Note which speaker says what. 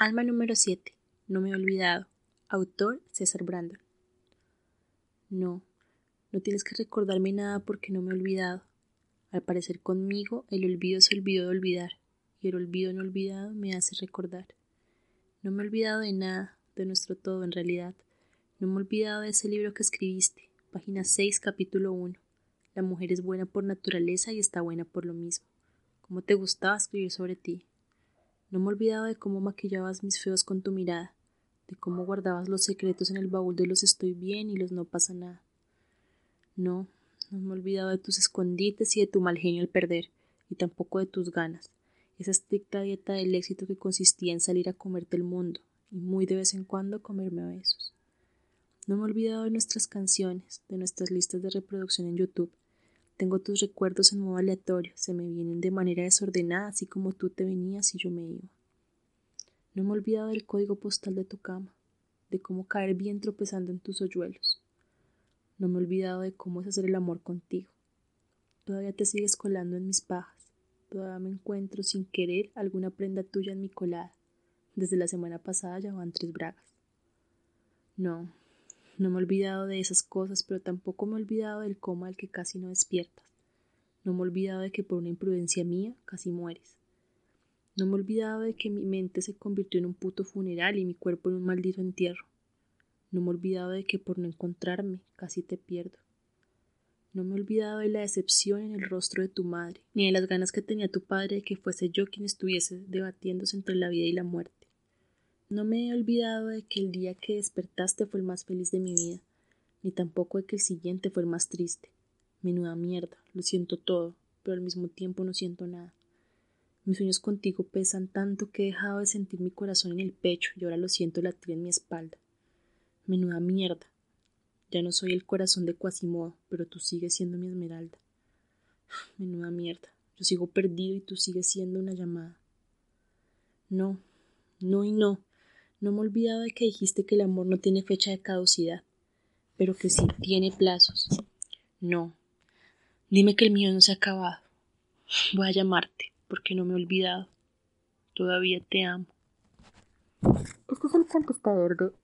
Speaker 1: Alma número 7. No me he olvidado. Autor César Brandon. No tienes que recordarme nada porque no me he olvidado. Al parecer conmigo, el olvido se olvidó de olvidar, y el olvido no olvidado me hace recordar. No me he olvidado de nada, de nuestro todo en realidad. No me he olvidado de ese libro que escribiste, página 6, capítulo 1. La mujer es buena por naturaleza y está buena por lo mismo. ¿Cómo te gustaba escribir sobre ti? No me he olvidado de cómo maquillabas mis feos con tu mirada, de cómo guardabas los secretos en el baúl de los estoy bien y los no pasa nada. No me he olvidado de tus escondites y de tu mal genio al perder, y tampoco de tus ganas, esa estricta dieta del éxito que consistía en salir a comerte el mundo, y muy de vez en cuando comerme a besos. No me he olvidado de nuestras canciones, de nuestras listas de reproducción en YouTube. Tengo tus recuerdos en modo aleatorio, se me vienen de manera desordenada, así como tú te venías y yo me iba. No me he olvidado del código postal de tu cama, de cómo caer bien tropezando en tus hoyuelos. No me he olvidado de cómo es hacer el amor contigo. Todavía te sigues colando en mis pajas. Todavía me encuentro sin querer alguna prenda tuya en mi colada. Desde la semana pasada ya van 3 bragas. No me he olvidado de esas cosas, pero tampoco me he olvidado del coma al que casi no despiertas. No me he olvidado de que por una imprudencia mía casi mueres. No me he olvidado de que mi mente se convirtió en un puto funeral y mi cuerpo en un maldito entierro. No me he olvidado de que por no encontrarme casi te pierdo. No me he olvidado de la decepción en el rostro de tu madre, ni de las ganas que tenía tu padre de que fuese yo quien estuviese debatiéndose entre la vida y la muerte. No me he olvidado de que el día que despertaste fue el más feliz de mi vida, ni tampoco de que el siguiente fue el más triste. Menuda mierda, lo siento todo, pero al mismo tiempo no siento nada. Mis sueños contigo pesan tanto que he dejado de sentir mi corazón en el pecho y ahora lo siento latir en mi espalda. Menuda mierda. Ya no soy el corazón de Quasimodo, pero tú sigues siendo mi esmeralda. Menuda mierda. Yo sigo perdido y tú sigues siendo una llamada. No. No me he olvidado de que dijiste que el amor no tiene fecha de caducidad, pero que sí tiene plazos. No. Dime que el mío no se ha acabado. Voy a llamarte, porque no me he olvidado. Todavía te amo. Este es el contestador de